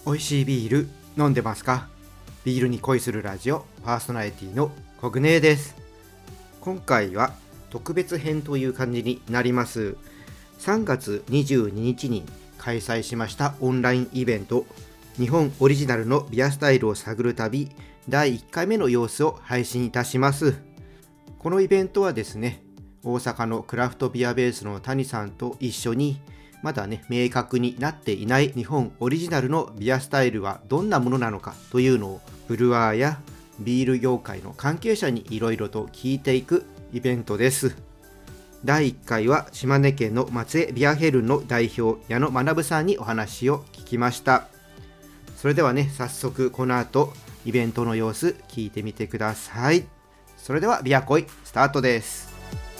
美味しいビール飲んでますか？ビールに恋するラジオパーソナリティのコグネです。今回は特別編という感じになります。3月22日に開催しましたオンラインイベント、日本オリジナルのビアスタイルを探る旅第1回目の様子を配信いたします。このイベントはですね、大阪のクラフトビアベースの谷さんと一緒に、まだね明確になっていない日本オリジナルのビアスタイルはどんなものなのかというのをブルワーやビール業界の関係者にいろいろと聞いていくイベントです。第1回は島根県の松江ビアヘルンの代表矢野学さんにお話を聞きました。それではね、早速この後イベントの様子聞いてみてください。それではビア恋スタートです。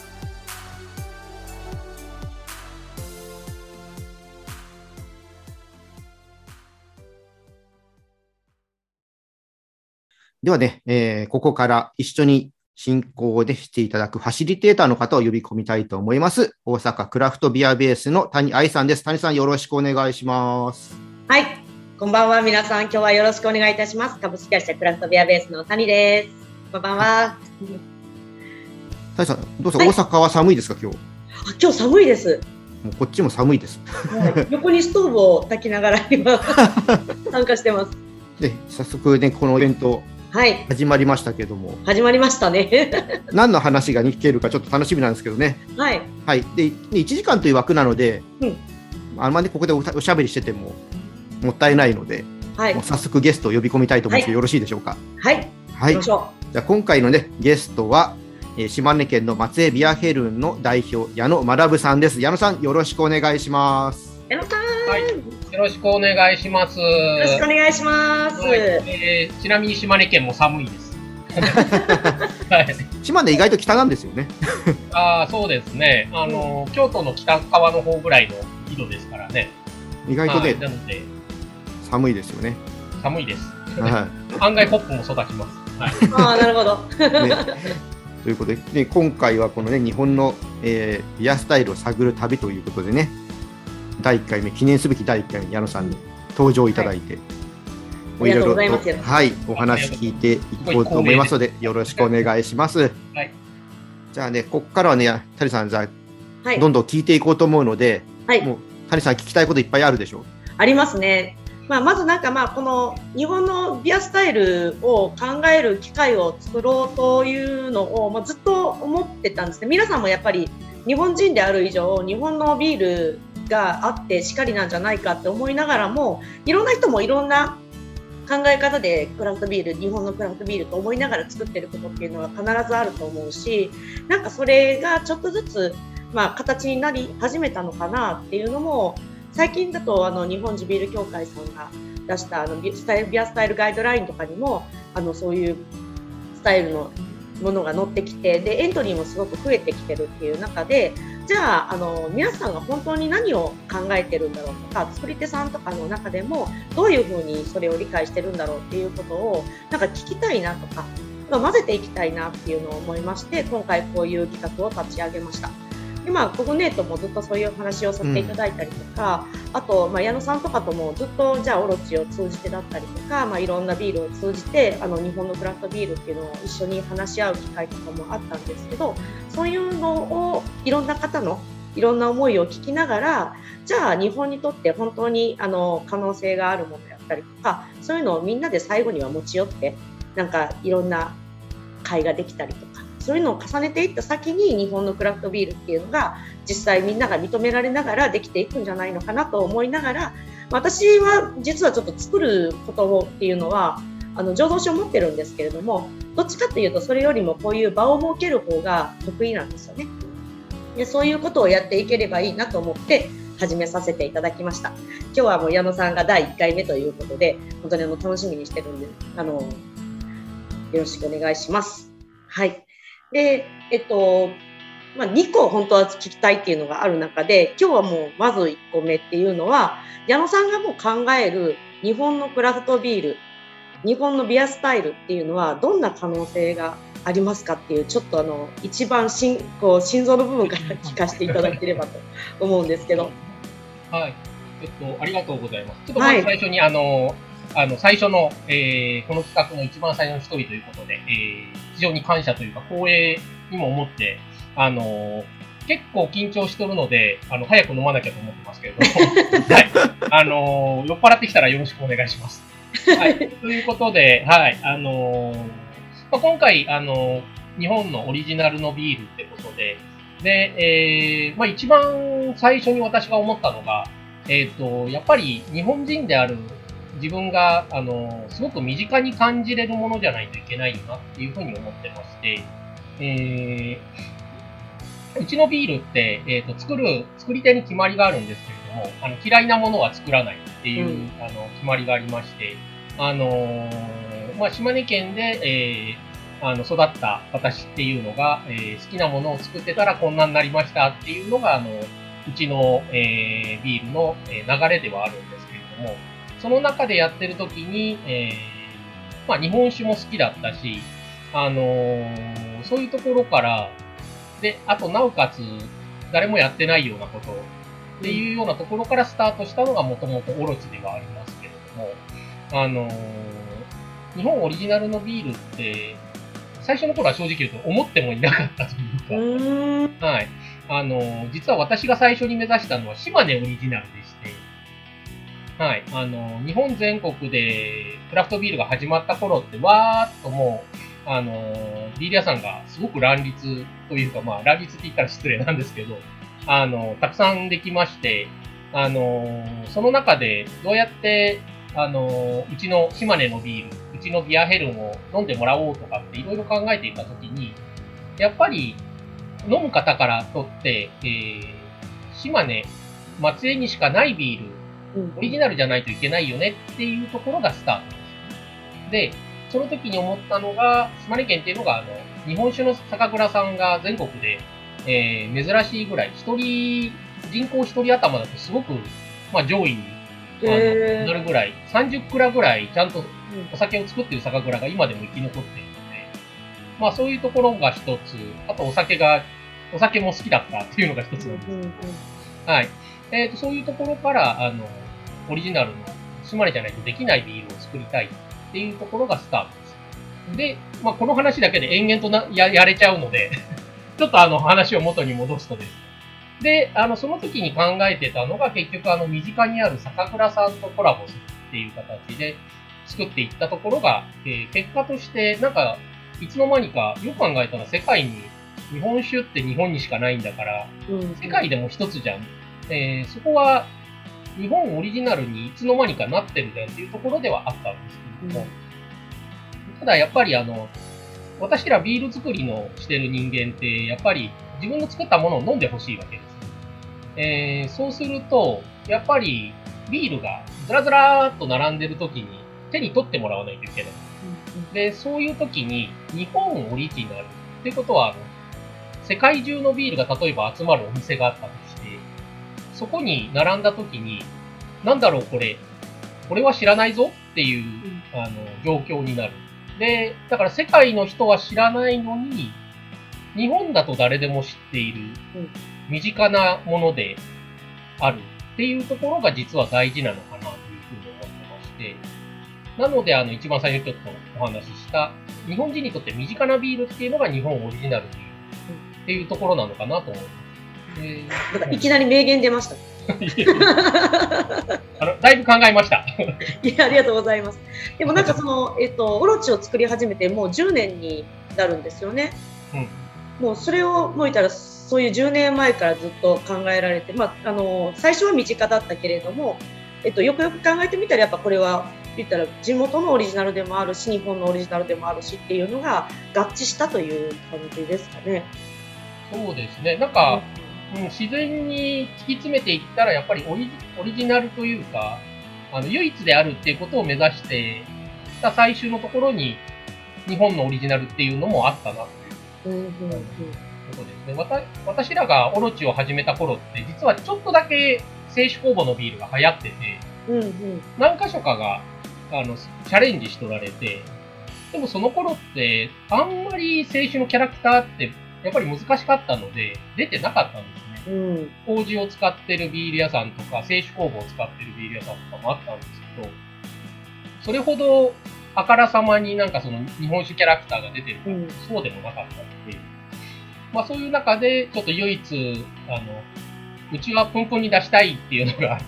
ではね、ここから一緒に進行でしていただくファシリテーターの方を呼び込みたいと思います。大阪クラフトビアベースの谷愛さんです。谷さん、よろしくお願いします。 はい、こんばんは。皆さん、今日はよろしくお願いいたします。株式会社クラフトビアベースの谷です。こんばんは。 谷さん、どうぞ、大阪は寒いですか、今日？ 今日寒いです。 もうこっちも寒いです。 横にストーブを焚きながら今参加してます。 で、早速ね、このイベント始まりましたけども、 始まりましたね。 何の話が聞けるかちょっと楽しみなんですけどね。 はい。 はい。で、1時間という枠なので、あんまりここでおしゃべりしててももったいないので、もう早速ゲストを呼び込みたいと思うんですけど、よろしいでしょうか？ はい。はい。じゃあ今回のね、ゲストは、島根県の松江ビアヘルンの代表、矢野学さんです。矢野さん、よろしくお願いします。 矢野さん。 はい。よろしくお願いします。よろしくお願いします。 ちなみに島根県も寒いです。 はい、島根意外と北なんですよね。 そうですね。京都の北側の方ぐらいの緯度ですからね。 意外とね、 なので寒いですよね。 寒いです。 はい、 案外ホップも育ちます。 はい、なるほど。 ということで、ね、今回はこのね、日本の、ビアスタイルを探る旅ということでね、第1回目、記念すべき第1回目、矢野さんに登場いただいて、 いろいろと、 はい、お話聞いていこうと思いますので、よろしくお願いします。はい、じゃあね、ここからはね、谷さん、じゃあ、どんどん聞いていこうと思うので、もう谷さん、聞きたいこといっぱいあるでしょう？ ありますね。まずこの日本のビアスタイルを考える機会を作ろうというのを、ずっと思ってたんですね。皆さんもやっぱり日本人である以上、日本のビールがあってしかりなんじゃないかって思いながらも、いろんな人もいろんな考え方でクラフトビール、日本のクラフトビールと思いながら作ってることっていうのは必ずあると思うし、それがちょっとずつ、形になり始めたのかなっていうのも、最近だと日本地ビール協会さんが出したビアスタイルガイドラインとかにもそういうスタイルのものが載ってきて、でエントリーもすごく増えてきてるっていう中で、じゃあ皆さんが本当に何を考えてるんだろうとか、作り手さんとかの中でもどういうふうにそれを理解してるんだろうっていうことを聞きたいなとか、混ぜていきたいなっていうのを思いまして、今回こういう企画を立ち上げました。コグネートもずっとそういう話をさせていただいたりとか、あと、矢野さんとかともずっとじゃあオロチを通じてだったりとか、いろんなビールを通じて日本のクラフトビールっていうのを一緒に話し合う機会とかもあったんですけど、そういうのをいろんな方のいろんな思いを聞きながら、じゃあ日本にとって本当に可能性があるものだったりとか、そういうのをみんなで最後には持ち寄っていろんな会ができたりとか、そういうのを重ねていった先に日本のクラフトビールっていうのが実際みんなが認められながらできていくんじゃないのかなと思いながら、私は実はちょっと作ることっていうのは醸造酒を持ってるんですけれども、どっちかっていうとそれよりもこういう場を設ける方が得意なんですよね。でそういうことをやっていければいいなと思って始めさせていただきました。今日はもう矢野さんが第1回目ということで、本当に楽しみにしてるんでよろしくお願いします。はい。で、2個本当は聞きたいっていうのがある中で、今日はもうまず1個目っていうのは、矢野さんがもう考える日本のクラフトビール、日本のビアスタイルっていうのはどんな可能性がありますかっていう、ちょっと一番心臓の部分から聞かせていただければと思うんですけど。 はい。 ありがとうございます。ちょっとまず最初に、最初の、この企画の一番最初の一人ということで、非常に感謝というか、光栄にも思って、結構緊張しとるので、早く飲まなきゃと思ってますけれども、はい。酔っ払ってきたらよろしくお願いします。はい。ということで、はい。今回、日本のオリジナルのビールってことで、で、一番最初に私が思ったのが、やっぱり日本人である自分が、すごく身近に感じれるものじゃないといけないよなっていうふうに思ってまして、うちのビールって、作り手に決まりがあるんですけれども、嫌いなものは作らないっていう、決まりがありまして、島根県で、育った私っていうのが、好きなものを作ってたらこんなになりましたっていうのが、うちの、ビールの、流れではあるんですけれども、その中でやってる時に、日本酒も好きだったし、そういうところから、で、あと、なおかつ、誰もやってないようなことっていうようなところからスタートしたのがもともとオロチではありますけれども、日本オリジナルのビールって、最初の頃は正直言うと思ってもいなかったというか、はい。実は私が最初に目指したのは島根オリジナルでして、はい。日本全国でクラフトビールが始まった頃って、わーっともう、ビール屋さんがすごく乱立というか、乱立って言ったら失礼なんですけど、たくさんできまして、その中でどうやって、うちの島根のビール、うちのビアヘルンを飲んでもらおうとかっていろいろ考えていたときに、やっぱり飲む方からとって、島根、松江にしかないビール、オリジナルじゃないといけないよねっていうところがスタートです。で、その時に思ったのが、島根県っていうのが、日本酒の酒蔵さんが全国で、珍しいぐらい、人口一人頭だとすごく、上位になるぐらい、30蔵ぐらいちゃんとお酒を作っている酒蔵が今でも生き残っているので、そういうところが一つ、あとお酒も好きだったっていうのが一つなんです。はい。そういうところから、オリジナルの島根じゃないとできないビールを作りたいっていうところがスタートです。で、この話だけで延々とやれちゃうので、ちょっと話を元に戻すとです。で、その時に考えてたのが結局身近にある酒蔵さんとコラボするっていう形で作っていったところが、結果としてなんかいつの間にかよく考えたら世界に日本酒って日本にしかないんだから、世界でも一つじゃん。そこは日本オリジナルにいつの間にかなってるじゃんっていうところではあったんですけれども、ただやっぱり私らビール作りのしてる人間ってやっぱり自分の作ったものを飲んでほしいわけです。そうすると、やっぱりビールがずらずらーっと並んでる時に手に取ってもらわないといけない。で、そういう時に日本オリジナルってことは、世界中のビールが例えば集まるお店があったとして、そこに並んだ時に、なんだろうこれは知らないぞっていう、状況になる。で、だから世界の人は知らないのに、日本だと誰でも知っている、身近なものであるっていうところが実は大事なのかなというふうに思ってまして、なので一番最初にちょっとお話しした、日本人にとって身近なビールっていうのが日本オリジナルビールっていうところなのかなと思います。 いきなり名言出ました。 だいぶ考えました。 いや、ありがとうございます。でもなんかオロチを作り始めてもう10年になるんですよね。もうそれをもう言ったらそういう10年前からずっと考えられて、最初は身近だったけれども、よくよく考えてみたらやっぱこれは言ったら地元のオリジナルでもあるし日本のオリジナルでもあるしっていうのが合致したという感じですかね。 そうですね。なんか、自然に突き詰めていったらやっぱりオリジナルというか唯一であるっていうことを目指してた最終のところに日本のオリジナルっていうのもあったなということですね。私らがオロチを始めた頃って実はちょっとだけ清酒酵母のビールが流行ってて、何箇所かがチャレンジしとられて、でもその頃ってあんまり清酒のキャラクターってやっぱり難しかったので出てなかったんですね。 うん。 麹を使ってるビール屋さんとか、清酒酵母を使ってるビール屋さんとかもあったんですけど、それほどあからさまになんかその日本酒キャラクターが出てるかそうでもなかったので、まあそういう中でちょっと唯一、うちはプンプンに出したいっていうのがあって、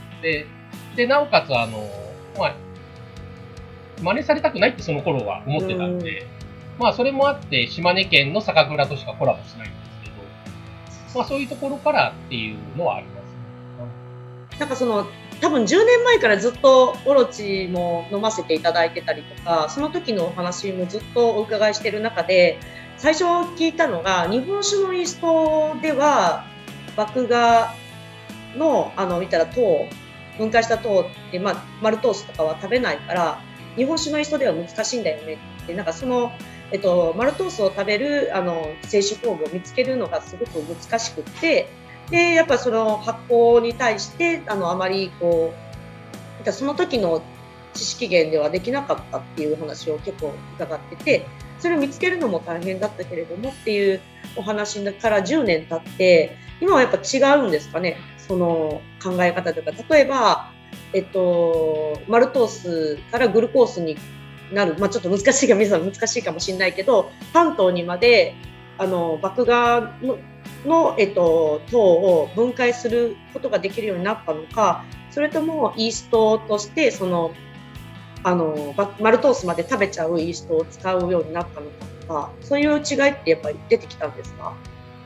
で、なおかつまあ、真似されたくないってその頃は思ってたんで、まあそれもあって島根県の酒蔵としかコラボしないんですけど、まあそういうところからっていうのはありますね。 なんか多分10年前からずっとオロチも飲ませていただいてたりとか、その時のお話もずっとお伺いしてる中で、最初聞いたのが、日本酒のイーストでは麦芽の見たら分解した糖って、まあ、マルトースとかは食べないから、日本酒のイーストでは難しいんだよねって、なんかマルトースを食べる清酒酵母を見つけるのがすごく難しくって、でやっぱその発酵に対してあまりその時の知識源ではできなかったっていう話を結構伺ってて、それを見つけるのも大変だったけれどもっていうお話から10年経って、今はやっぱ違うんですかね、その考え方というか。例えば、マルトースからグルコースになる、まあ、ちょっと難しいかもしれないけど、関東にまで麦芽の糖を分解することができるようになったのか、それともイーストとしてマルトースまで食べちゃうイーストを使うようになったのかとか、そういう違いってやっぱり出てきたんですか？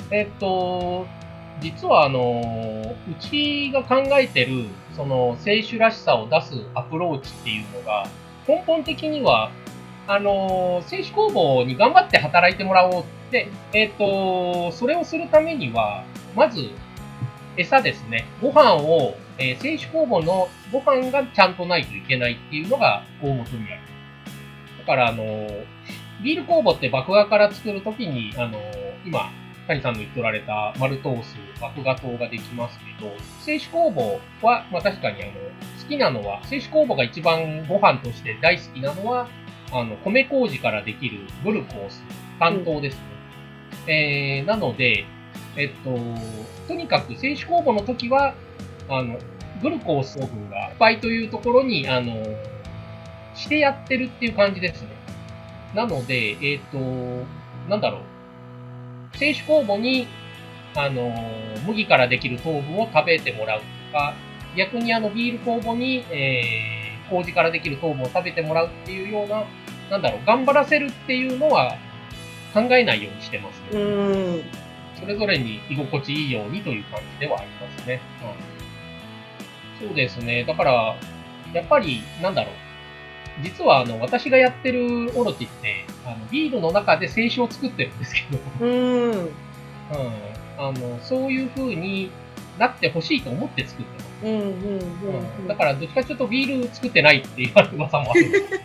実はうちが考えてるその清酒らしさを出すアプローチっていうのが、根本的には清酒工房に頑張って働いてもらおうって、それをするためにはまず餌ですね、ご飯を、清酒工房のご飯がちゃんとないといけないっていうのが大元にある。だからビール酵母って麦芽から作るときに今谷さんの言っておられたマルトース、麦芽糖ができますけど、清酒酵母は、まあ確かに好きなのは、清酒酵母が一番ご飯として大好きなのは、米麹からできるグルコース、単糖ですね。なので、とにかく清酒酵母の時は、グルコース分がいっぱいというところに、してやってるっていう感じですね。なので、なんだろう。清酒酵母に、麦からできる糖分を食べてもらうとか、逆にビール酵母に、麹からできる糖分を食べてもらうっていうような、なんだろう、頑張らせるっていうのは考えないようにしてますね。それぞれに居心地いいようにという感じではありますね。そうですね。だから、やっぱり、なんだろう。実は私がやってるオロチってビールの中で清酒を作ってるんですけど、そういう風になってほしいと思って作ってます。だからどっちかというとビール作ってないっていう噂もあるんですけど。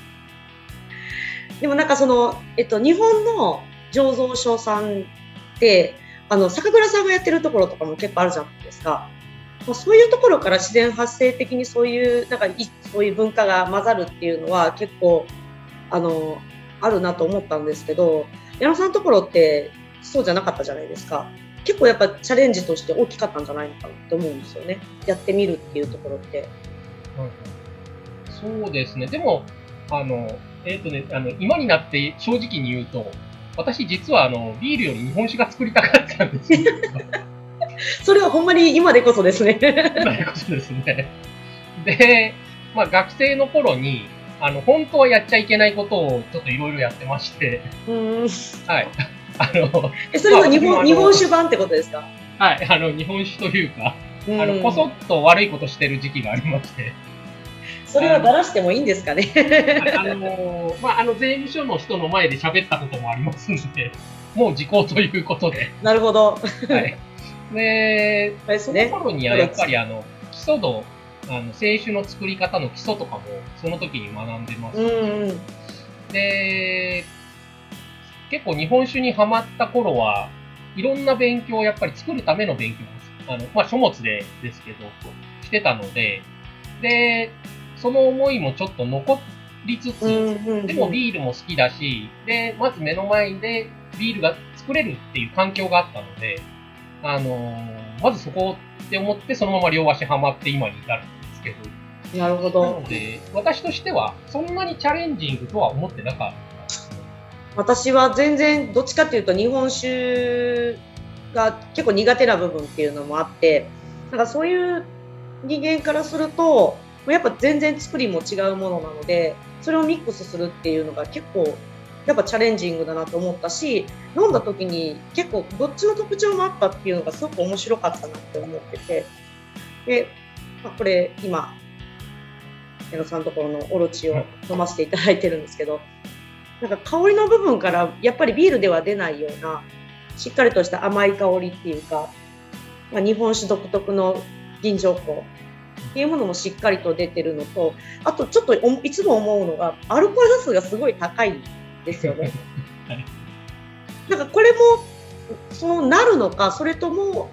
でもなんか日本の醸造所さんって酒蔵さんがやってるところとかも結構あるじゃないですか。そういうところから自然発生的にそういう文化が混ざるっていうのは結構あるなと思ったんですけど、矢野さんのところってそうじゃなかったじゃないですか。結構やっぱチャレンジとして大きかったんじゃないのかなと思うんですよね。やってみるっていうところって。 そうですね。でも今になって正直に言うと、私実はビールより日本酒が作りたかったんですよ。 それはほんまに今でこそですね。 今でこそですね。で、まあ学生の頃に、本当はやっちゃいけないことをちょっといろいろやってまして。はい。 それは日本酒版ってことですか？ はい。日本酒というか、こそっと悪いことしてる時期がありまして。 それはばらしてもいいんですかね？ まあ、税務署の人の前で喋ったこともありますので、もう時効ということで。 なるほど。 はい。で、その頃にはやっぱり基礎度、清酒の作り方の基礎とかもその時に学んでますし、で、結構日本酒にハマった頃はいろんな勉強をやっぱり作るための勉強をまあ書物ですけどしてたので、でその思いもちょっと残りつつ、でもビールも好きだし、でまず目の前でビールが作れるっていう環境があったので、 まずそこって思って、そのまま両足はまって今に至るんですけど。 なるほなど。 ので、私としては、そんなにチャレンジングとは思ってなかったですね。 私は全然どっちかというと日本酒が結構苦手な部分っていうのもあって、なんかそういう人間からすると、やっぱ全然作りも違うものなので、それをミックスするっていうのが結構やっぱチャレンジングだなと思ったし、飲んだ時に結構どっちの特徴もあったっていうのがすごく面白かったなって思ってて、で、これ今矢野さんのところのオロチを飲ませていただいてるんですけど、なんか香りの部分からやっぱりビールでは出ないようなしっかりとした甘い香りっていうか、日本酒独特の吟醸香っていうものもしっかりと出てるのと、あとちょっといつも思うのがアルコール度数がすごい高いんですよね。 はい。 なんかこれもそうなるのか、それとも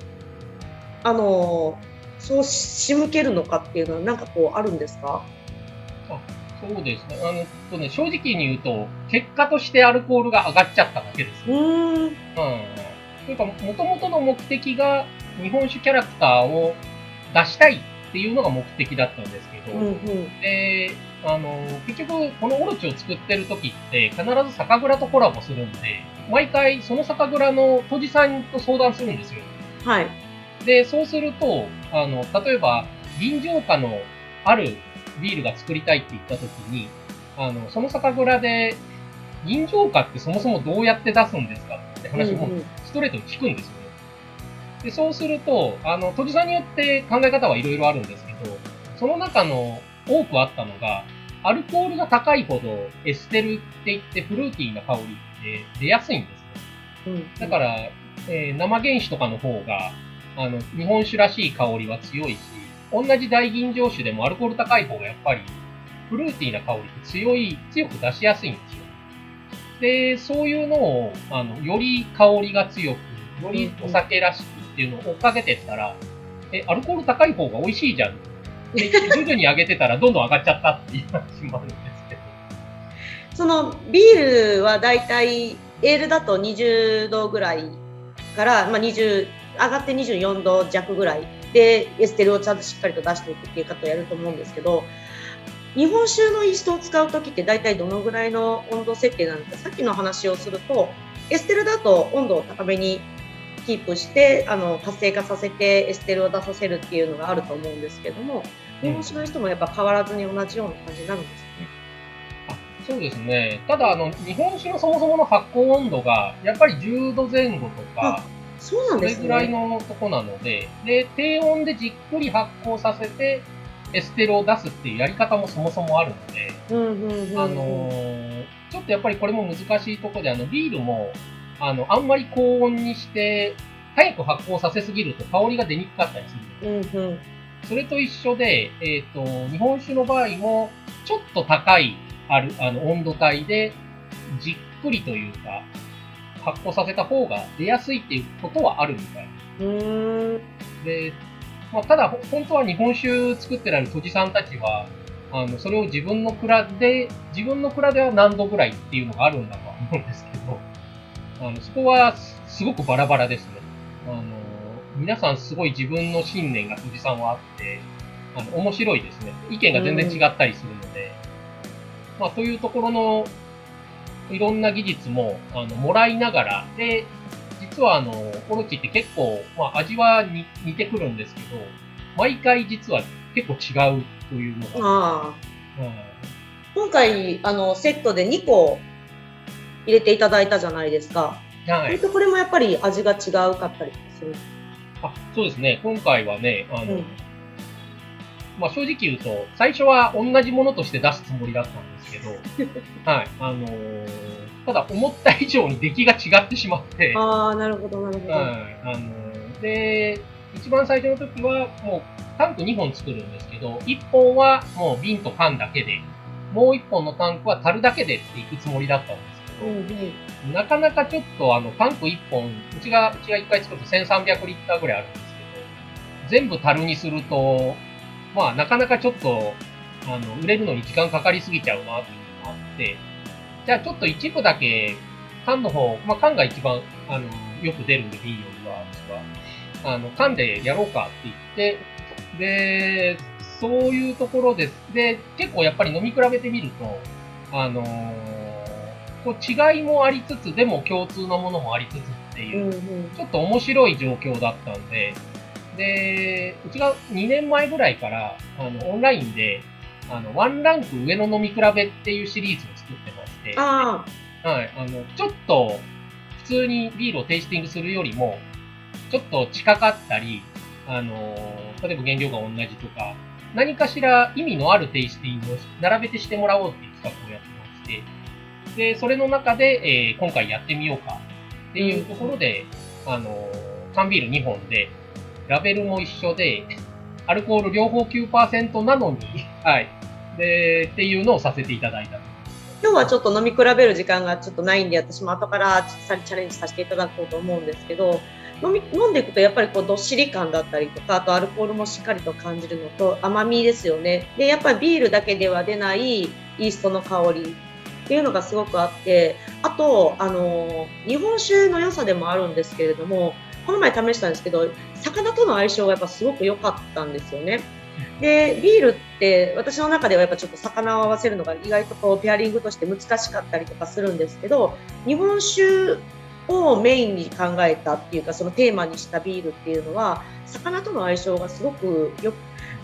そう仕向けるのかっていうのはなんかこうあるんですか？ そうですね。正直に言うと、結果としてアルコールが上がっちゃっただけですね。というか、もともとの目的が日本酒キャラクターを出したいっていうのが目的だったんですけど、で、結局、このオロチを作ってる時って、必ず酒蔵とコラボするんで、毎回その酒蔵の杜氏さんと相談するんですよ。 はい。 で、そうすると、例えば、吟醸家のあるビールが作りたいって言った時に、その酒蔵で、吟醸家ってそもそもどうやって出すんですかって話をストレートに聞くんですよね。で、そうすると、杜氏さんによって考え方はいろいろあるんですけど、その中の多くあったのが、アルコールが高いほどエステルって言ってフルーティーな香りって出やすいんですね。だから、生原酒とかの方が、日本酒らしい香りは強いし、同じ大吟醸酒でもアルコール高い方がやっぱりフルーティーな香りって強く出しやすいんですよ。で、そういうのを、より香りが強く、よりお酒らしくっていうのを追っかけてったら、アルコール高い方が美味しいじゃん。で、徐々に上げてたらどんどん上がっちゃったっていう話もあるんですけど。 そのビールはだいたいエールだと20度ぐらいから、上がって24度弱ぐらいでエステルをちゃんとしっかりと出していくっていう方をやると思うんですけど、日本酒のイーストを使うときってだいたいどのぐらいの温度設定なんですか？さっきの話をすると、エステルだと温度を高めにキープして活性化させてエステルを出させるっていうのがあると思うんですけども、日本酒の人もやっぱ変わらずに同じような感じになるんですよね。 そうですね。ただ、日本酒のそもそもの発酵温度が、やっぱり10度前後とか、 そうなんですね。 それぐらいのとこなので、で、低温でじっくり発酵させて、エステルを出すっていうやり方もそもそもあるので、ちょっとやっぱりこれも難しいところで、ビールも、あんまり高温にして、早く発酵させすぎると香りが出にくかったりするんですよ。それと一緒で、日本酒の場合も、ちょっと高い温度帯で、じっくりというか、発酵させた方が出やすいっていうことはあるみたいで、ただ、本当は日本酒作ってられる杜氏さんたちは、それを自分の蔵では何度ぐらいっていうのがあるんだとは思うんですけど、そこはすごくバラバラですね。皆さんすごい自分の信念が杜氏さんはあって、面白いですね。意見が全然違ったりするので、というところの、いろんな技術も、もらいながら、で、実はオロチって結構、味は似てくるんですけど、毎回実は結構違うというのが。 今回、セットで2個入れていただいたじゃないですか。はい。これもやっぱり味が違うかったりする？ そうですね。今回はね、正直言うと、最初は同じものとして出すつもりだったんですけど、はい。ただ思った以上に出来が違ってしまって。 なるほど、なるほど。 はい。で、一番最初の時は、もうタンク2本作るんですけど、1本はもう瓶と缶だけで、もう1本のタンクは樽だけでっていくつもりだったんですけど、なかなかちょっとタンク1本、うちが1回作ると1300リッターぐらいあるんですけど、全部樽にすると、なかなかちょっと、売れるのに時間かかりすぎちゃうなっていうのがあって、じゃあちょっと一部だけ、缶の方、缶が一番、よく出るんで、ビールは、 缶でやろうかって言って、で、そういうところです。で、結構やっぱり飲み比べてみると、こう違いもありつつ、でも共通のものもありつつっていう、ちょっと面白い状況だったんで、で、うちが2年前ぐらいから、オンラインで、ワンランク上の飲み比べっていうシリーズを作ってまして、はい、ちょっと、普通にビールをテイスティングするよりも、ちょっと近かったり、例えば原料が同じとか、何かしら意味のあるテイスティングを並べてしてもらおうっていう企画をやってまして、で、それの中で、今回やってみようかっていうところで、缶ビール2本で、ラベルも一緒で、アルコール両方 9% なのに、はい。で、っていうのをさせていただいた。 今日はちょっと飲み比べる時間がちょっとないんで、私も後からチャレンジさせていただこうと思うんですけど、飲んでいくとやっぱりこうどっしり感だったりとか、あとアルコールもしっかりと感じるのと甘みですよね。で、やっぱりビールだけでは出ないイーストの香りっていうのがすごくあって、あと、日本酒の良さでもあるんですけれども、この前試したんですけど、魚との相性がやっぱすごく良かったんですよね。で、ビールって私の中ではやっぱちょっと魚を合わせるのが意外とこうペアリングとして難しかったりとかするんですけど、日本酒をメインに考えたっていうか、そのテーマにしたビールっていうのは魚との相性がすごくよく、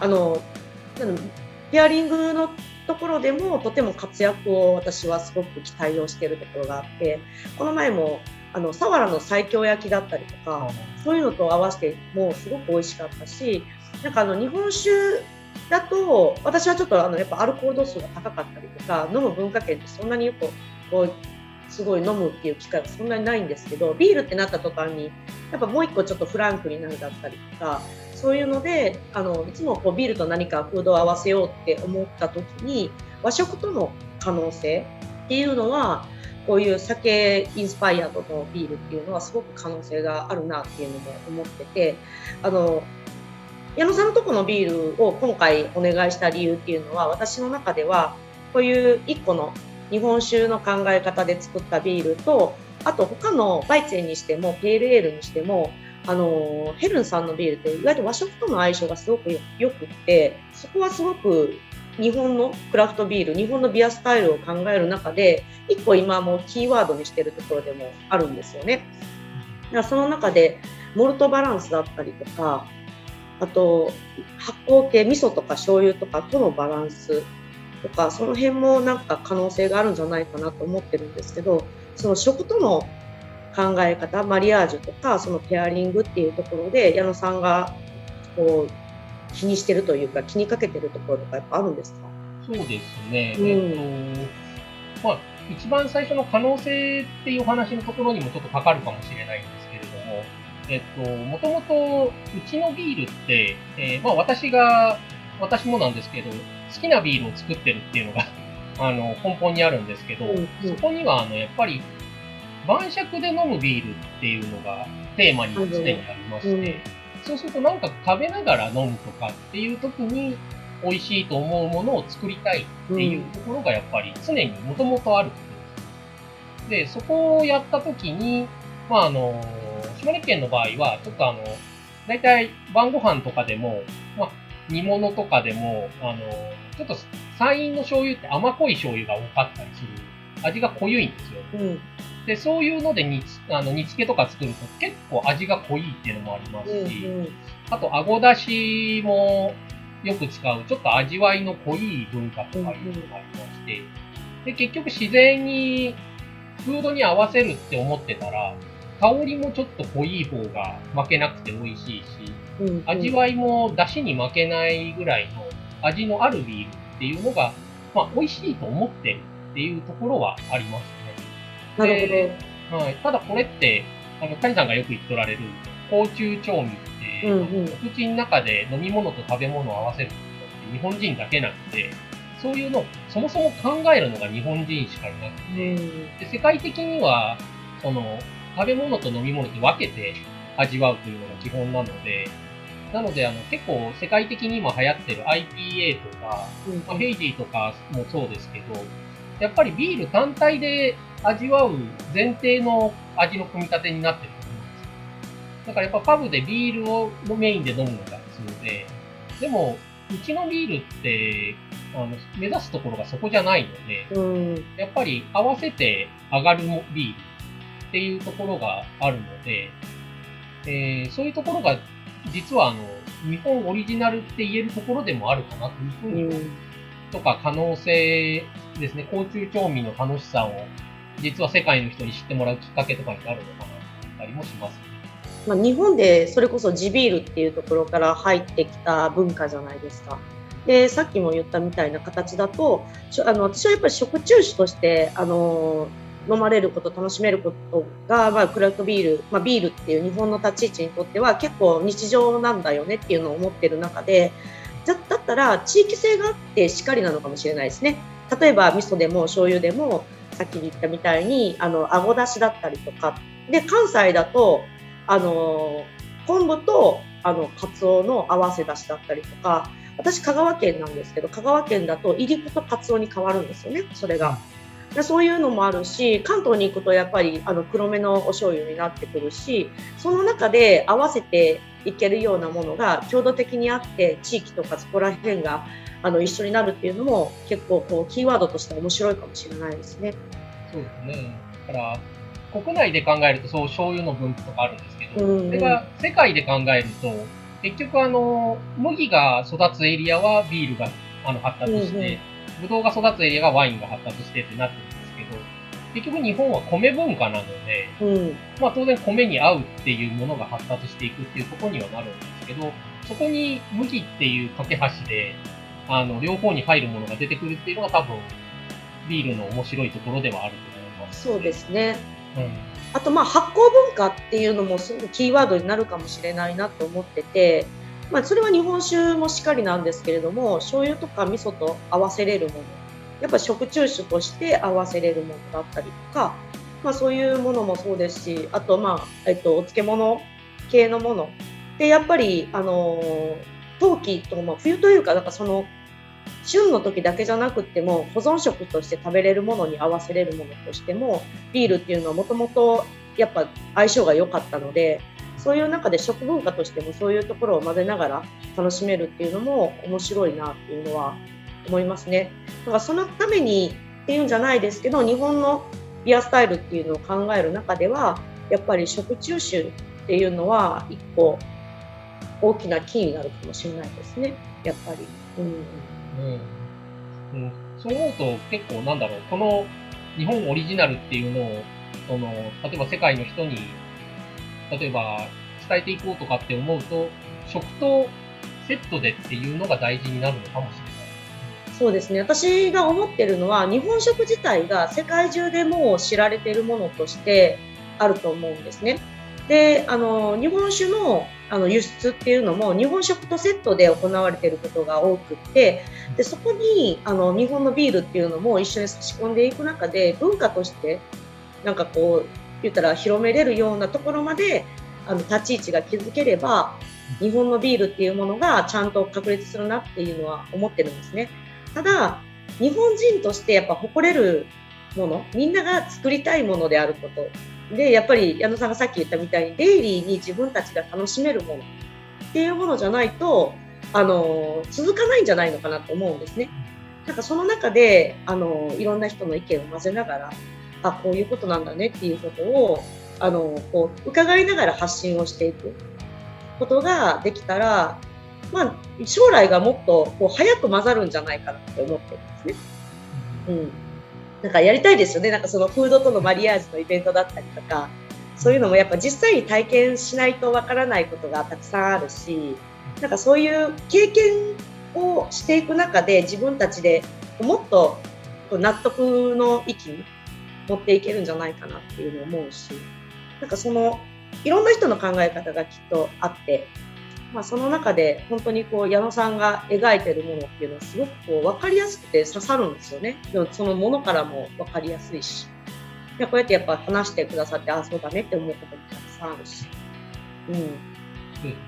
ペアリングのところでもとても活躍を私はすごく期待をしているところがあって、この前もサワラの西京焼きだったりとか、そういうのと合わせてもすごく美味しかったし、なんか日本酒だと私はちょっとやっぱアルコール度数が高かったりとか、飲む文化圏ってそんなによくこうすごい飲むっていう機会がそんなにないんですけど、ビールってなった途端にやっぱもう一個ちょっとフランクになるだったりとか、そういうのでいつもこうビールと何かフードを合わせようって思った時に和食との可能性っていうのは、こういう酒インスパイアドのビールっていうのはすごく可能性があるなっていうのも思ってて、矢野さんのとこのビールを今回お願いした理由っていうのは、私の中ではこういう1個の日本酒の考え方で作ったビールと、あと他のバイツェンにしてもペールエールにしても、ヘルンさんのビールって意外と和食との相性がすごくよくって、そこはすごく日本のクラフトビール、日本のビアスタイルを考える中で一個今もうキーワードにしているところでもあるんですよね。だからその中でモルトバランスだったりとか、あと発酵系味噌とか醤油とかとのバランスとか、その辺もなんか可能性があるんじゃないかなと思ってるんですけど、その食との考え方、マリアージュとかそのペアリングっていうところで矢野さんがこう気にしてるというか気にかけてるところとかやっぱあるんですか？ そうですね。まあ一番最初の可能性っていうお話のところにもちょっとかかるかもしれないんですけれども、もともとうちのビールって、まあ私もなんですけど、好きなビールを作ってるっていうのが根本にあるんですけど、そこにはやっぱり晩酌で飲むビールっていうのがテーマに常にありまして、そうするとなんか食べながら飲むとかっていう時に美味しいと思うものを作りたいっていうところがやっぱり常にもともとあるところです。で、そこをやった時に、まあ島根県の場合は、ちょっとだいたい晩ご飯とかでも、まあ煮物とかでも、ちょっと山陰の醤油って甘濃い醤油が多かったりする。味が濃ゆいんですよ。で、そういうので煮付けとか作ると結構味が濃いっていうのもありますし、あと、あごだしもよく使う、ちょっと味わいの濃い文化とかいうのがありまして、で、結局自然にフードに合わせるって思ってたら、香りもちょっと濃い方が負けなくて美味しいし、味わいも出汁に負けないぐらいの味のあるビールっていうのが、まあ、美味しいと思ってるっていうところはありますね。 なるほど。はい。ただこれって、谷さんがよく言っておられる、甲中調味って、お口の中で飲み物と食べ物を合わせるって日本人だけなので、そういうのをそもそも考えるのが日本人しかいなくて、で世界的には、食べ物と飲み物って分けて味わうというのが基本なので、結構世界的に今流行ってる IPA とか、まあ、ヘイジーとかもそうですけど、やっぱりビール単体で味わう前提の味の組み立てになってると思うんですよ。 だからやっぱパブでビールをメインで飲むのが普通で、でも、うちのビールって、目指すところがそこじゃないので、やっぱり合わせて上がるビールっていうところがあるので、そういうところが実は日本オリジナルって言えるところでもあるかなというふうに、とか可能性ですね、甲虫調味の楽しさを実は世界の人に知ってもらうきっかけとかになるのかなと思ったりもします。 日本でそれこそ地ビールっていうところから入ってきた文化じゃないですか。で、さっきも言ったみたいな形だと、私はやっぱり食中酒として飲まれること、楽しめることが、クラフトビール、ビールっていう日本の立ち位置にとっては結構日常なんだよねっていうのを思ってる中で、だったら地域性があってしっかりなのかもしれないですね。例えば味噌でも醤油でもさっき言ったみたいにあごだしだったりとかで、関西だと昆布とカツオの合わせだしだったりとか、私香川県なんですけど、香川県だといりことカツオに変わるんですよね、それが。でそういうのもあるし、関東に行くとやっぱり黒めのお醤油になってくるし、その中で合わせていけるようなものが郷土的にあって、地域とかそこら辺が一緒になるっていうのも結構キーワードとして面白いかもしれないですね。 そうですね。だから国内で考えるとそう醤油の分布とかあるんですけど、それが世界で考えると結局麦が育つエリアはビールが発達して、ブドウが育つエリアがワインが発達してってなってるんですけど、結局日本は米文化なので、当然米に合うっていうものが発達していくっていうところにはなるんですけど、そこに麦っていう架け橋で両方に入るものが出てくるっていうのが多分ビールの面白いところではあると思います。 そうですね。あと発酵文化っていうのもすごくキーワードになるかもしれないなと思ってて、それは日本酒もしっかりなんですけれども、醤油とか味噌と合わせれるもの、やっぱ食中酒として合わせれるものだったりとか、そういうものもそうですし、あとお漬物系のもので、やっぱり冬季と冬というか、その旬の時だけじゃなくても保存食として食べれるものに合わせれるものとしてもビールっていうのはもともとやっぱ相性が良かったので、そういう中で食文化としてもそういうところを混ぜながら楽しめるっていうのも面白いなっていうのは思いますね。だからそのためにっていうんじゃないですけど、日本のビアスタイルっていうのを考える中ではやっぱり食中酒っていうのは一個大きなキーになるかもしれないですね、やっぱり。 そう思うと結構この日本オリジナルっていうのを例えば世界の人に例えば伝えていこうとかって思うと、食とセットでっていうのが大事になるのかもしれない。 そうですね。私が思ってるのは日本食自体が世界中でもう知られているものとしてあると思うんですね。で、日本酒の輸出っていうのも日本食とセットで行われていることが多くって、でそこに日本のビールっていうのも一緒に差し込んでいく中で文化として言ったら広めれるようなところまで立ち位置が築ければ、日本のビールっていうものがちゃんと確立するなっていうのは思ってるんですね。ただ日本人としてやっぱ誇れるもの、みんなが作りたいものであることで、やっぱり矢野さんがさっき言ったみたいにデイリーに自分たちが楽しめるものっていうものじゃないと続かないんじゃないのかなと思うんですね。その中でいろんな人の意見を混ぜながら、こういうことなんだねっていうことを伺いながら発信をしていくことができたら、将来がもっと早く混ざるんじゃないかなって思ってるんですね。やりたいですよね。そのフードとのマリアージュのイベントだったりとか、そういうのもやっぱ実際に体験しないとわからないことがたくさんあるし、そういう経験をしていく中で自分たちでもっと納得の域に持っていけるんじゃないかなっていうのを思うし、そのいろんな人の考え方がきっとあって、その中で本当に矢野さんが描いてるものっていうのはすごく分かりやすくて刺さるんですよね。でもそのものからも分かりやすいし、こうやってやっぱ話してくださって、そうだねって思うこともたくさんあるし、 そうですね。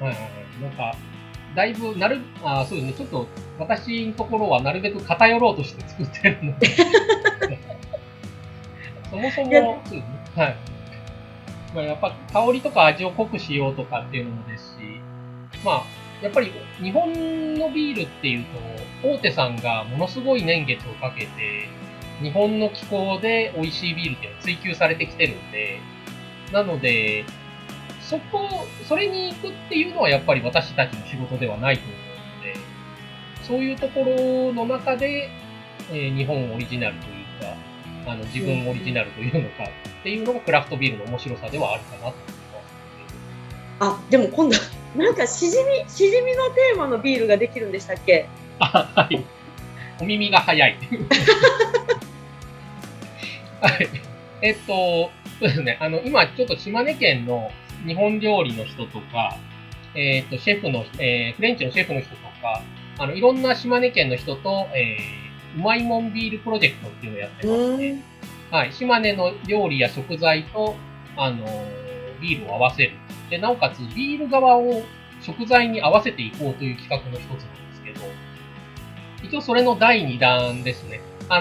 だいぶそうですね。ちょっと私のところはなるべく偏ろうとして作ってるのでそもそもそうですね。 まあ、やっぱ香りとか味を濃くしようとかっていうのもですし、まあ、やっぱり日本のビールっていうと、大手さんがものすごい年月をかけて、日本の気候で美味しいビールっていうのを追求されてきてるんで、なので、それに行くっていうのはやっぱり私たちの仕事ではないと思うので、そういうところの中で、日本オリジナルというか、自分オリジナルというのかっていうのがクラフトビールの面白さではあるかなと思います。あ、でも今度、なんかしじみのテーマのビールができるんでしたっけ？ はい。お耳が早い。はい。そうですね。今ちょっと島根県の日本料理の人とか、シェフの、フレンチのシェフの人とか、いろんな島根県の人と、うまいもんビールプロジェクトっていうのをやってまして、はい。島根の料理や食材と、ビールを合わせる。で、なおかつビール側を食材に合わせていこうという企画の一つなんですけど、一応それの第2弾ですね。第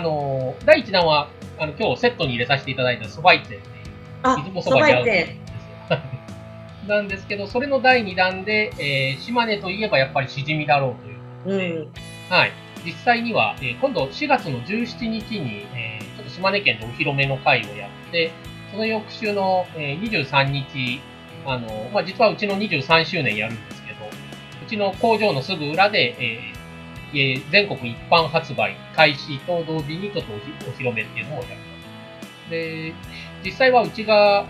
1弾は、今日セットに入れさせていただいた蕎麦店っていう、出雲蕎麦ジャウですよ。なんですけど、それの第2弾で、島根といえばやっぱりしじみだろうということで、はい。実際には、今度4月の17日に、ちょっと島根県でお披露目の会をやって、その翌週の、23日、実はうちの23周年やるんですけど、うちの工場のすぐ裏で、全国一般発売開始と同時にちょっとお披露目っていうのをやります。で、実際はうちが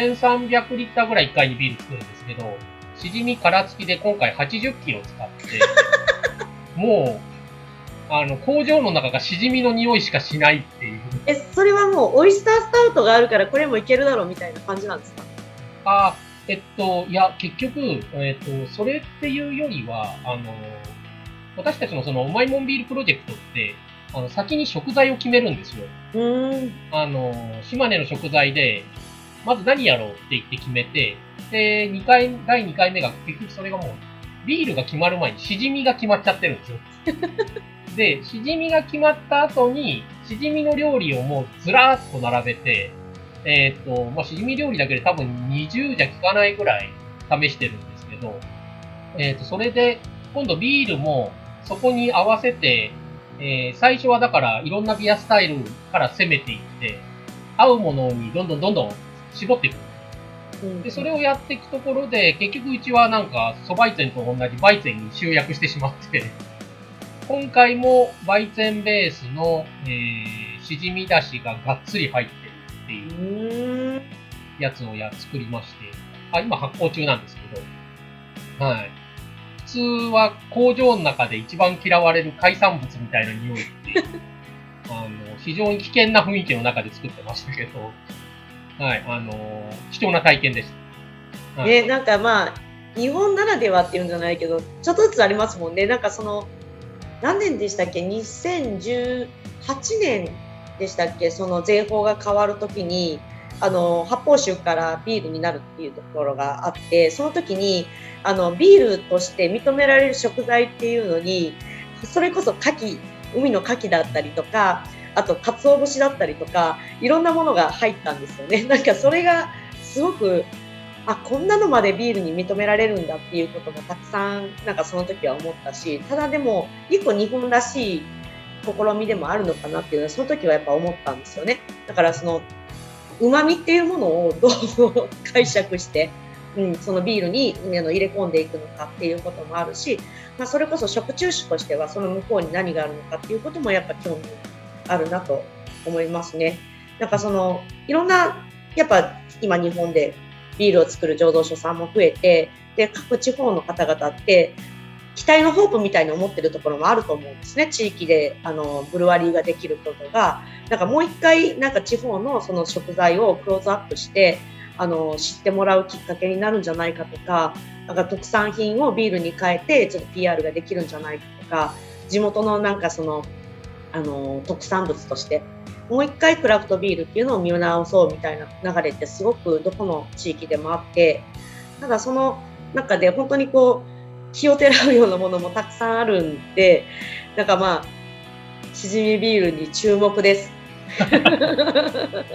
1300リッターぐらい1回にビール作るんですけど、しじみ殻付きで今回80キロ使って、もう、工場の中がしじみの匂いしかしないっていう。 それはもうオイスタースタウトがあるからこれもいけるだろうみたいな感じなんですか？ いや、結局、それっていうよりは、私たちのそのうまいもんビールプロジェクトって、先に食材を決めるんですよ。島根の食材で、まず何やろうって言って決めて、で、第2回目が結局それがもう、ビールが決まる前にしじみが決まっちゃってるんですよ。で、しじみが決まった後に、しじみの料理をもうずらーっと並べて、しじみ料理だけで多分20じゃ効かないぐらい試してるんですけど、それで、今度ビールもそこに合わせて、最初はだからいろんなビアスタイルから攻めていって、合うものにどんどん絞っていく。で、それをやっていくところで、結局うちはなんか、蕎麦店と同じバイゼンに集約してしまって、今回もバイゼンベースの、しじみだしががっつり入ってるっていうやつを作りまして、今発酵中なんですけど、はい。普通は工場の中で一番嫌われる海産物みたいな匂いっていう、非常に危険な雰囲気の中で作ってましたけど、はい、貴重な体験でした。はい、 なんかまあ、日本ならではっていうんじゃないけど、ちょっとずつありますもんね。なんか何年でしたっけ ?2018 年でしたっけ、その税法が変わるときに、発泡酒からビールになるっていうところがあって、その時に、ビールとして認められる食材っていうのに、それこそ海の牡蠣だったりとか、あと鰹節だったりとか、いろんなものが入ったんですよね。なんかそれがすごく、こんなのまでビールに認められるんだっていうこともたくさんなんかその時は思ったし、ただでも一個日本らしい試みでもあるのかなっていうのはその時はやっぱ思ったんですよね。だからその旨味っていうものをどう解釈して、そのビールに入れ込んでいくのかっていうこともあるし、それこそ食中酒としてはその向こうに何があるのかっていうこともやっぱ興味あるなと思いますね。なんかいろんなやっぱ今日本でビールを作る醸造所さんも増えて、で各地方の方々って期待のホープみたいに思ってるところもあると思うんですね。地域でブルワリーができることが、なんかもう一回なんか地方のその食材をクローズアップして知ってもらうきっかけになるんじゃないかとか、なんか特産品をビールに変えてちょっと PR ができるんじゃないかとか、地元のなんか特産物としてもう一回クラフトビールっていうのを見直そうみたいな流れってすごくどこの地域でもあって、ただその中で本当に気をてらうようなものもたくさんあるんで、なんかしじみビールに注目です。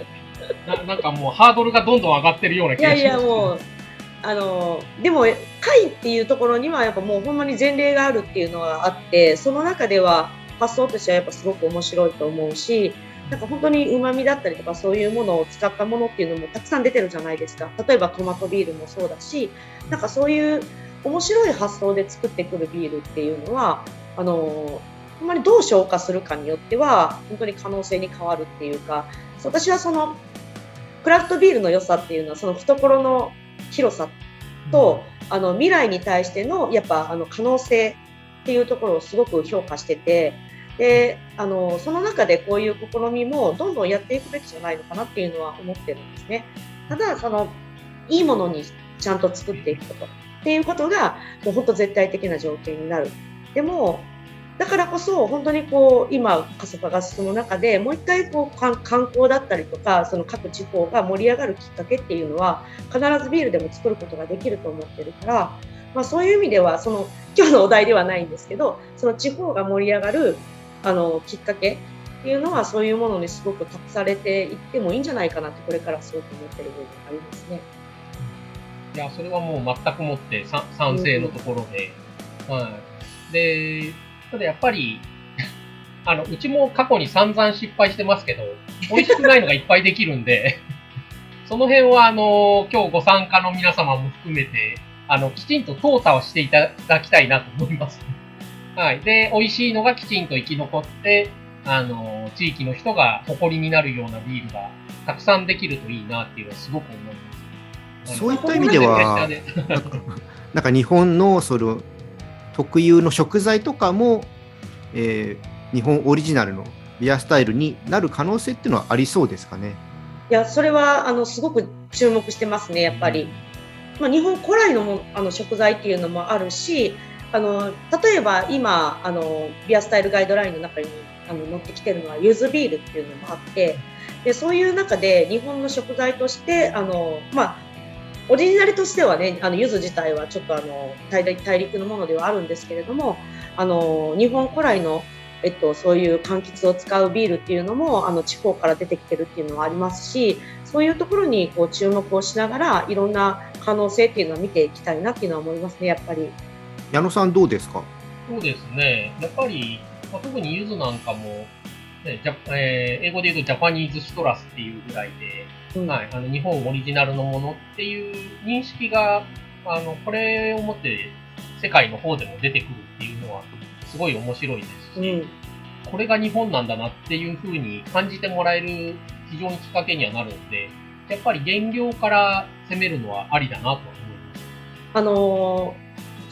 なんかもうハードルがどんどん上がってるような気がします。 もう、でも、会っていうところにはやっぱもうほんまに前例があるっていうのはあって、その中では発想としてはやっぱすごく面白いと思うし、なんか本当に旨味だったりとかそういうものを使ったものっていうのもたくさん出てるじゃないですか。例えばトマトビールもそうだし、なんかそういう面白い発想で作ってくるビールっていうのは、ほんまにどう消化するかによっては本当に可能性に変わるっていうか、私はそのクラフトビールの良さっていうのはその懐の広さと、未来に対してのやっぱ可能性っていうところをすごく評価してて、でその中でこういう試みもどんどんやっていくべきじゃないのかなっていうのは思ってるんですね。ただいいものにちゃんと作っていくことっていうことがもう本当絶対的な条件になる。でもだからこそ本当にこう今過疎化が進む中でもう一回こう観光だったりとかその各地方が盛り上がるきっかけっていうのは必ずビールでも作ることができると思ってるから、そういう意味では今日のお題ではないんですけど、その地方が盛り上がるきっかけっていうのはそういうものにすごく託されていってもいいんじゃないかなってこれからすごく思ってる部分がありますね。 いや、それはもう全くもって賛成のところで、で、ただやっぱり、うちも過去に散々失敗してますけど、美味しくないのがいっぱいできるんで、その辺は今日ご参加の皆様も含めて、きちんと淘汰をしていただきたいなと思います。はい。で、美味しいのがきちんと生き残って、地域の人が誇りになるようなビールがたくさんできるといいなっていうのはすごく思います。 そういった意味では、なんか日本のその特有の食材とかも、日本オリジナルのビアスタイルになる可能性っていうのはありそうですかね。 いや、それはすごく注目してますね、やっぱり。日本古来の食材っていうのもあるし、例えば今ビアスタイルガイドラインの中に載ってきてるのは柚子ビールっていうのもあって、でそういう中で日本の食材としてオリジナルとしてはね、柚子自体はちょっと大陸のものではあるんですけれども、日本古来のそういう柑橘を使うビールっていうのも地方から出てきてるっていうのはありますし、そういうところにこう注目をしながらいろんな可能性っていうのを見ていきたいなっていうのは思いますね、やっぱり。 矢野さんどうですか？ そうですね。やっぱり、特に柚子なんかも、ね英語で言うとジャパニーズシトラスっていうぐらいで、はい、日本オリジナルのものっていう認識が、これをもって世界の方でも出てくるっていうのはすごい面白いですし、これが日本なんだなっていうふうに感じてもらえる非常にきっかけにはなるので、やっぱり原料から攻めるのはありだなと思います。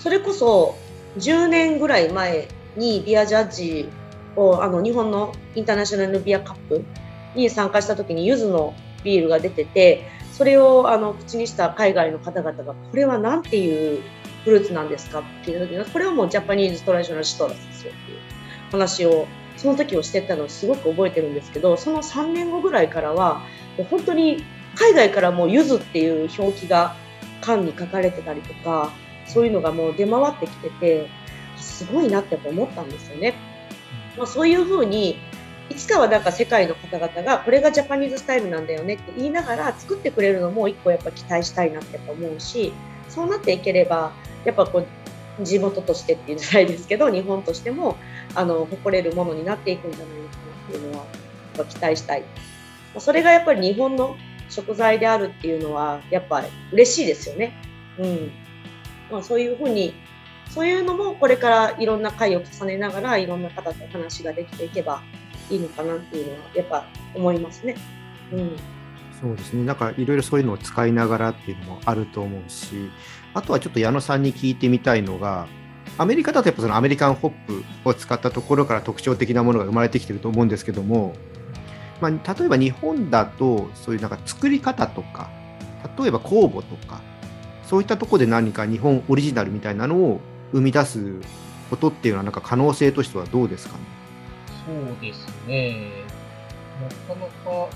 それこそ10年ぐらい前にビアジャッジを日本のインターナショナルビアカップに参加した時に柚子のビールが出てて、それを口にした海外の方々がこれはなんていうフルーツなんですかっていう時に、これはもうジャパニーズトラディショナルシトラスですよっていう話をその時をしてたのをすごく覚えてるんですけど、その3年後ぐらいからはもう本当に海外からもう柚子っていう表記が缶に書かれてたりとか、そういうのがもう出回ってきててすごいなってやっぱ思ったんですよね。そういう風にいつかはなんか世界の方々がこれがジャパニーズスタイルなんだよねって言いながら作ってくれるのも一個やっぱ期待したいなってやっぱ思うし、そうなっていければやっぱこう地元としてっていうんじゃないですけど、日本としても誇れるものになっていくんじゃないかなっていうのはやっぱ期待したい。それがやっぱり日本の食材であるっていうのはやっぱり嬉しいですよね。そういう風にそういうのもこれからいろんな回を重ねながらいろんな方と話ができていけばいいのかなっていうのはやっぱ思いますね。 そうですね。なんかいろいろそういうのを使いながらっていうのもあると思うし、あとはちょっと矢野さんに聞いてみたいのが、アメリカだとやっぱそのアメリカンホップを使ったところから特徴的なものが生まれてきてると思うんですけども、例えば日本だとそういうなんか作り方とか、例えば酵母とか、そういったところで何か日本オリジナルみたいなのを生み出すことっていうのはなんか可能性としてはどうですかね？ そうですね。なかなか、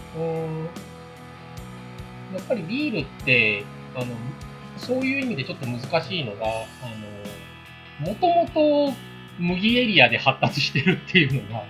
やっぱりビールって、そういう意味でちょっと難しいのが、もともと麦エリアで発達してるっていうのが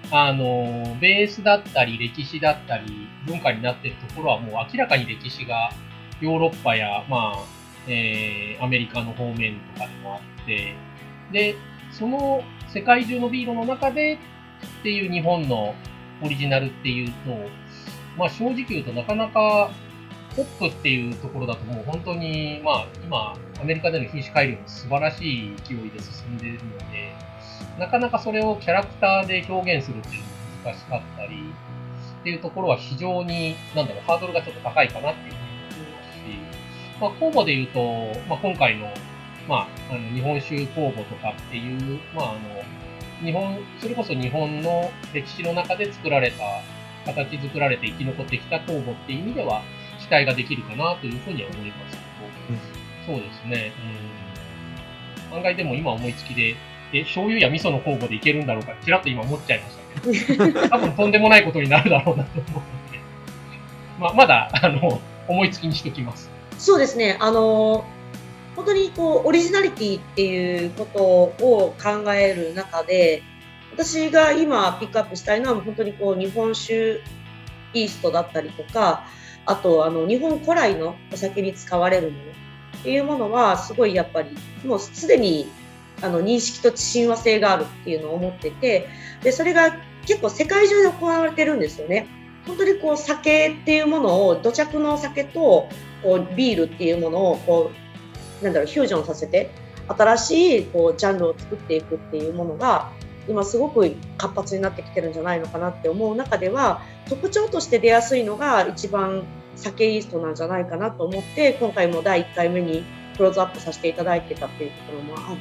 ベースだったり歴史だったり文化になっているところはもう明らかに歴史がヨーロッパや、アメリカの方面とかでもあって、で、その世界中のビールの中でっていう日本のオリジナルっていうと、正直言うとなかなかホップっていうところだともう本当に、今、アメリカでの品種改良も素晴らしい勢いで進んでいるので、なかなかそれをキャラクターで表現するっていうのが難しかったり、っていうところは非常に、ハードルがちょっと高いかなっていうふうに思いますし、酵母で言うと、今回の、日本酒酵母とかっていう、それこそ日本の歴史の中で作られて生き残ってきた酵母っていう意味では、期待ができるかなというふうには思いますけど、そうですね。案外でも今思いつきで、醤油や味噌の酵母でいけるんだろうか、ちらっと今思っちゃいましたけど、多分とんでもないことになるだろうなと思うので、まだ、思いつきにしときます。 そうですね。本当にオリジナリティっていうことを考える中で、私が今ピックアップしたいのは本当に日本酒イーストだったりとか、あと日本古来のお酒に使われるものっていうものはすごいやっぱりもうすでに認識と親和性があるっていうのを思ってて、でそれが結構世界中で行われてるんですよね。本当に酒っていうものを土着の酒とビールっていうものをフュージョンさせて新しいジャンルを作っていくっていうものが今すごく活発になってきてるんじゃないのかなって思う中では、特徴として出やすいのが一番酒イーストなんじゃないかなと思って、今回も第1回目にクローズアップさせていただいてたっていうところもあって、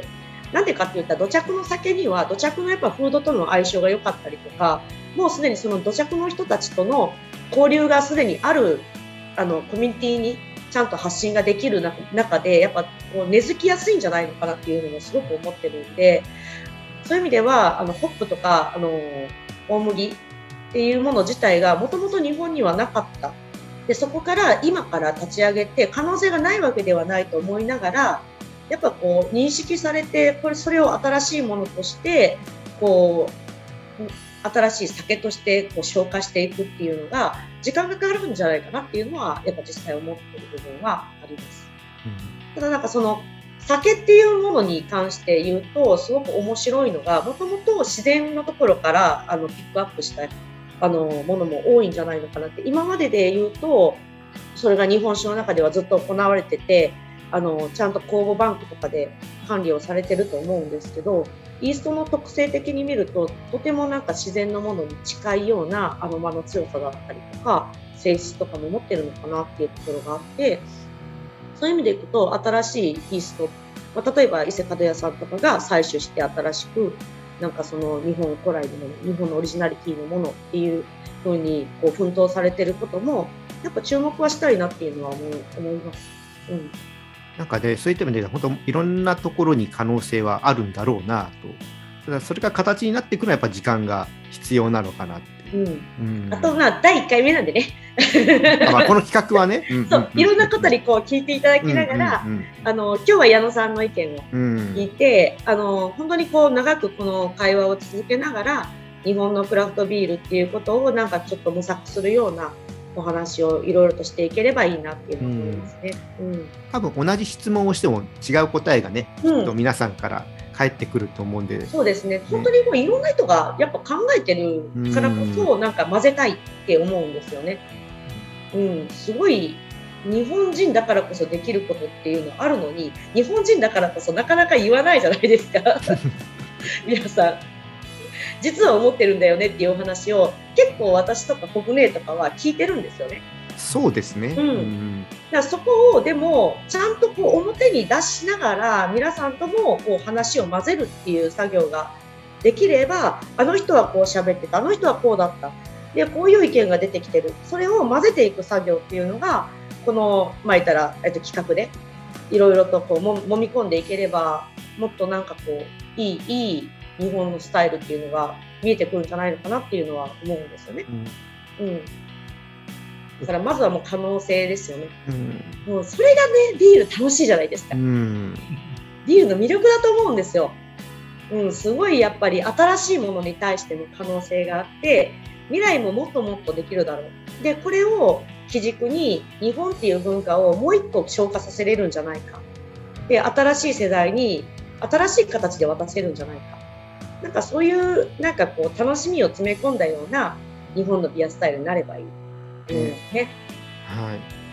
なんでかって言ったら土着の酒には土着のやっぱフードとの相性が良かったりとか、もうすでにその土着の人たちとの交流がすでにあるコミュニティにちゃんと発信ができる中でやっぱ根付きやすいんじゃないのかなっていうのもすごく思ってるんで、そういう意味ではホップとか大麦っていうもの自体がもともと日本にはなかった。でそこから今から立ち上げて可能性がないわけではないと思いながら、やっぱ認識されてそれを新しいものとして新しい酒として消化していくっていうのが時間がかかるんじゃないかなっていうのはやっぱ実際思っている部分はあります。ただその酒っていうものに関して言うとすごく面白いのが、もともと自然のところからピックアップしたものも多いんじゃないのかなって。今までで言うとそれが日本酒の中ではずっと行われてて、ちゃんと酵母バンクとかで管理をされてると思うんですけど、イーストの特性的に見るととても自然のものに近いようなアロマの強さだったりとか性質とかも持ってるのかなっていうところがあって、そういう意味でいくと新しいイースト、例えば伊勢門屋さんとかが採取して新しくその日本古来のもの、日本のオリジナリティのものっていう風に奮闘されてることもやっぱ注目はしたいなっていうのは思います。 そういった意味で本当いろんなところに可能性はあるんだろうなと。ただそれが形になっていくのはやっぱ時間が必要なのかなって。 あと第1回目なんでねこの企画はねいろんなことに聞いていただきながら、今日は矢野さんの意見を聞いて、本当に長くこの会話を続けながら日本のクラフトビールっていうことをちょっと模索するようなお話をいろいろとしていければいいなっていうのを思いますね。 多分同じ質問をしても違う答えがね、きっと皆さんから返ってくると思うんで。 そうですね。本当にもういろんな人がやっぱ考えてるからこそ混ぜたいって思うんですよね。すごい日本人だからこそできることっていうのあるのに、日本人だからこそなかなか言わないじゃないですか皆さん実は思ってるんだよねっていうお話を結構私とか国内とかは聞いてるんですよね。 そうですね。 だからそこをでもちゃんと表に出しながら皆さんとも話を混ぜるっていう作業ができれば、あの人はこう喋ってた、あの人はこうだった、でこういう意見が出てきてる、それを混ぜていく作業っていうのがこの言ったら企画でいろいろと揉み込んでいければ、もっといい日本のスタイルっていうのが見えてくるんじゃないのかなっていうのは思うんですよね。だからまずはもう可能性ですよね。もうそれがねビール楽しいじゃないですか。ビールの魅力だと思うんですよ。 すごいやっぱり新しいものに対しての可能性があって、未来ももっともっとできるだろう。で、これを基軸に日本っていう文化をもう一個消化させれるんじゃないか。で、新しい世代に新しい形で渡せるんじゃないか。なんかそういうなんかこう楽しみを詰め込んだような日本のビアスタイルになればいい。ね。 はい。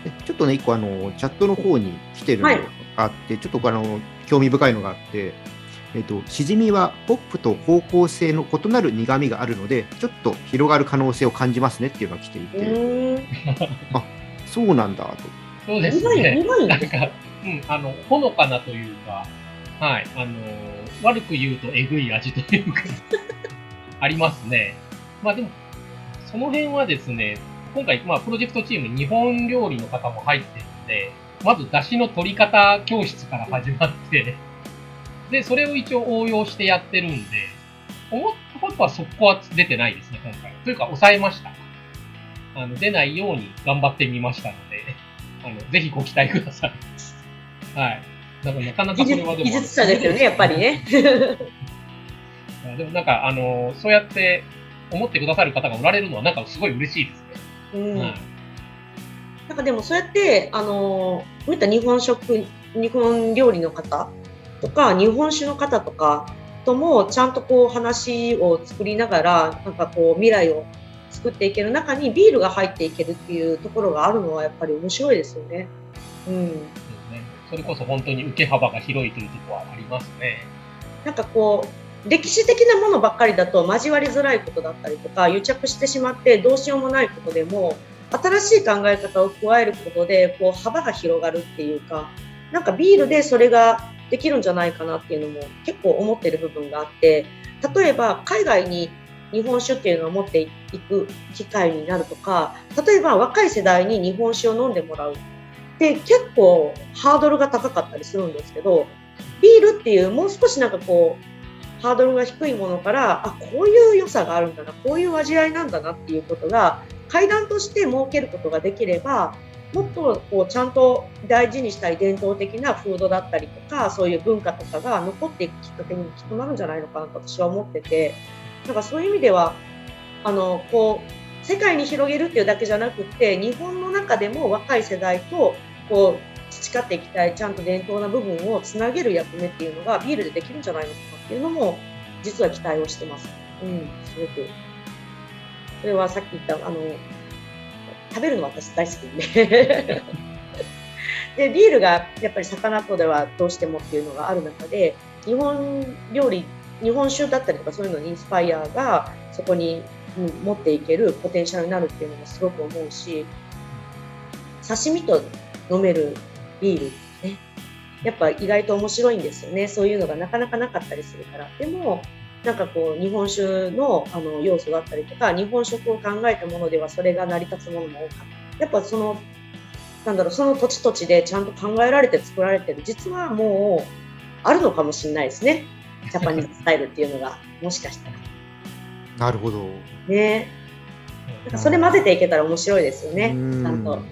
ちょっとね、一個チャットの方に来てるのがあって、ちょっと興味深いのがあって、しじみはホップと方向性の異なる苦味があるので、ちょっと広がる可能性を感じますねっていうのが来ていて、あ、そうなんだと。 そうですね。なんか、ほのかなというか、はい、悪く言うとえぐい味というか、ありますね。まあでも、その辺はですね、今回、プロジェクトチームに日本料理の方も入ってるので、まず出汁の取り方教室から始まって、で、それを一応応用してやってるんで、思ったことはそこは出てないですね、今回。というか、抑えました。出ないように頑張ってみましたので、ぜひご期待ください。はい。だからなかなかそれはでも。 技術者ですよね、やっぱりね。 でもなんか、そうやって思ってくださる方がおられるのは、なんかすごい嬉しいですね。 なんかでもそうやって、こういった日本料理の方とか、日本酒の方とかとも、ちゃんとこう話を作りながら、なんかこう未来を作っていける中にビールが入っていけるっていうところがあるのはやっぱり面白いですよね。 それこそ本当に受け幅が広いというところはありますね。 なんかこう歴史的なものばっかりだと交わりづらいことだったりとか、癒着してしまってどうしようもないことでも、新しい考え方を加えることでこう幅が広がるっていうか、なんかビールでそれができるんじゃないかなっていうのも結構思ってる部分があって、例えば海外に日本酒っていうのを持っていく機会になるとか、例えば若い世代に日本酒を飲んでもらうって結構ハードルが高かったりするんですけど、ビールっていうもう少しなんかこうハードルが低いものから、こういう良さがあるんだな、こういう味わいなんだなっていうことが階段として設けることができれば、もっとこうちゃんと大事にしたい伝統的なフードだったりとか、そういう文化とかが残っていくきっかけにきっとなるんじゃないのかなと私は思ってて、なんかそういう意味ではこう世界に広げるっていうだけじゃなくて、日本の中でも若い世代とこう培っていきたいちゃんと伝統な部分をつなげる役目っていうのがビールでできるんじゃないのかなっていうのも実は期待をしてます。すごくそれはさっき言った食べるのは私大好きででビールがやっぱり魚とではどうしてもっていうのがある中で、日本料理、日本酒だったりとかそういうのにインスパイアがそこに、持っていけるポテンシャルになるっていうのもすごく思うし、刺身と飲めるビールってね、やっぱ意外と面白いんですよね。そういうのがなかなかなかったりするから。でもなんかこう日本酒の要素だったりとか、日本食を考えたものではそれが成り立つものも多かった。やっぱその土地土地でちゃんと考えられて作られてる、実はもうあるのかもしれないですね。ジャパニーズスタイルっていうのがもしかしたら。 なるほど。 ね。なんかそれ混ぜていけたら面白いですよね。ちゃんと。こ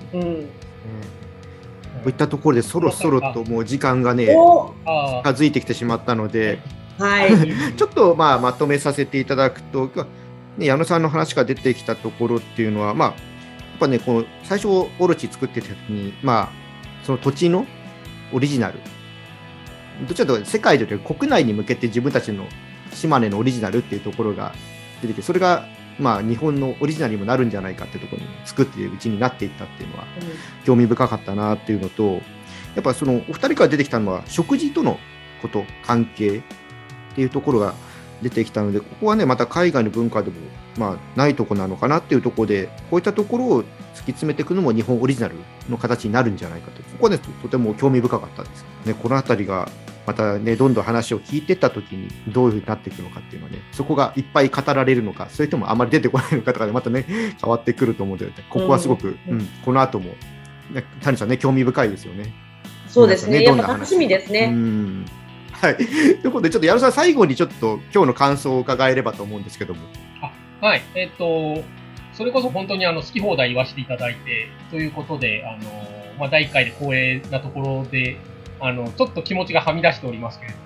ういったところでそろそろともう時間がね近づいてきてしまったので、ちょっとまとめさせていただくと、矢野さんの話が出てきたところっていうのは、やっぱね、こう最初オロチ作ってた時に、その土地のオリジナル、どちらかというと世界でいうと国内に向けて自分たちの島根のオリジナルっていうところが出てきて、それが日本のオリジナルにもなるんじゃないかっていうところに作っているうちになっていったっていうのは興味深かったなっていうのと、やっぱそのお二人から出てきたのは食事とのこと関係っていうところが出てきたので、ここはねまた海外の文化でもないところなのかなっていうところで、こういったところを突き詰めていくのも日本オリジナルの形になるんじゃないかと、ここはねとても興味深かったですね。このあたりがまたねどんどん話を聞いていったときにどういうふうになっていくのかっていうのはね、そこがいっぱい語られるのか、それともあまり出てこないのかとかでまたね変わってくると思うので、ここはすごく、この後も谷さんね興味深いですよね。 そうですね。やっぱ楽しみですね。 はい。ということで、ちょっと矢野さん、最後にちょっと今日の感想を伺えればと思うんですけども。 はい。それこそ本当に好き放題言わせていただいて、ということで、第1回で光栄なところで、ちょっと気持ちがはみ出しておりますけれど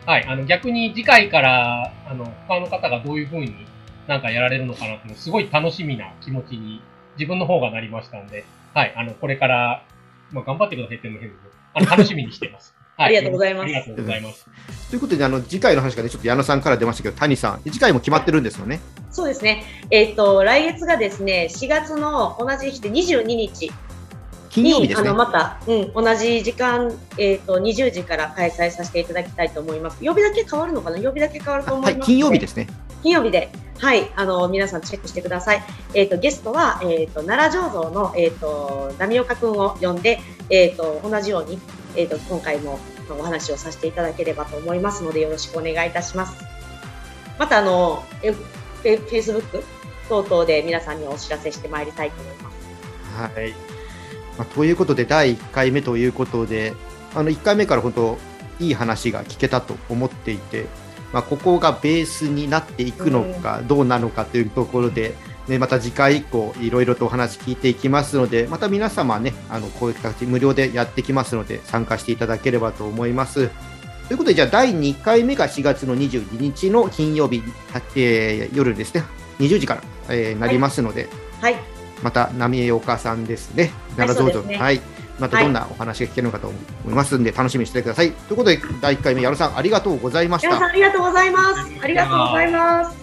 はい、逆に次回から、他の方がどういう風になんかやられるのかなっていうのすごい楽しみな気持ちに自分の方がなりましたんで、はい、これから、まあ、頑張ってくださいって言うのも変ですけど、楽しみにしてます。はい、 ありがとうございます。 ありがとうございます。 ということで、次回の話がね、ちょっと矢野さんから出ましたけど、谷さん、次回も決まってるんですよね。 そうですね。来月がですね、4月の同じ日で22日。 金曜日ですね。 また、同じ時間、20時から開催させていただきたいと思います。曜日だけ変わるのかな？曜日だけ変わると思います、ね。 はい、金曜日ですね。 金曜日で、はい、皆さんチェックしてください。ゲストは、奈良醸造の、波岡くんを呼んで、同じように、今回もお話をさせていただければと思いますので、よろしくお願いいたします。また、Facebook 等々で皆さんにお知らせしてまいりたいと思います。 はい。ということで、第1回目ということで、1回目から本当、いい話が聞けたと思っていて、ここがベースになっていくのか、どうなのかというところで、ね、また次回以降、いろいろとお話聞いていきますので、また皆様ね、こういう形、無料でやってきますので、参加していただければと思います。ということで、じゃあ、第2回目が4月の22日の金曜日、夜ですね、20時から、なりますので、 はい。 また浪岡さんですね、奈良醸造の、はい、またどんなお話が聞けるのかと思いますので、楽しみにしてください。ということで、第1回目、矢野さん、ありがとうございました。 矢野さん、ありがとうございます。ありがとうございます。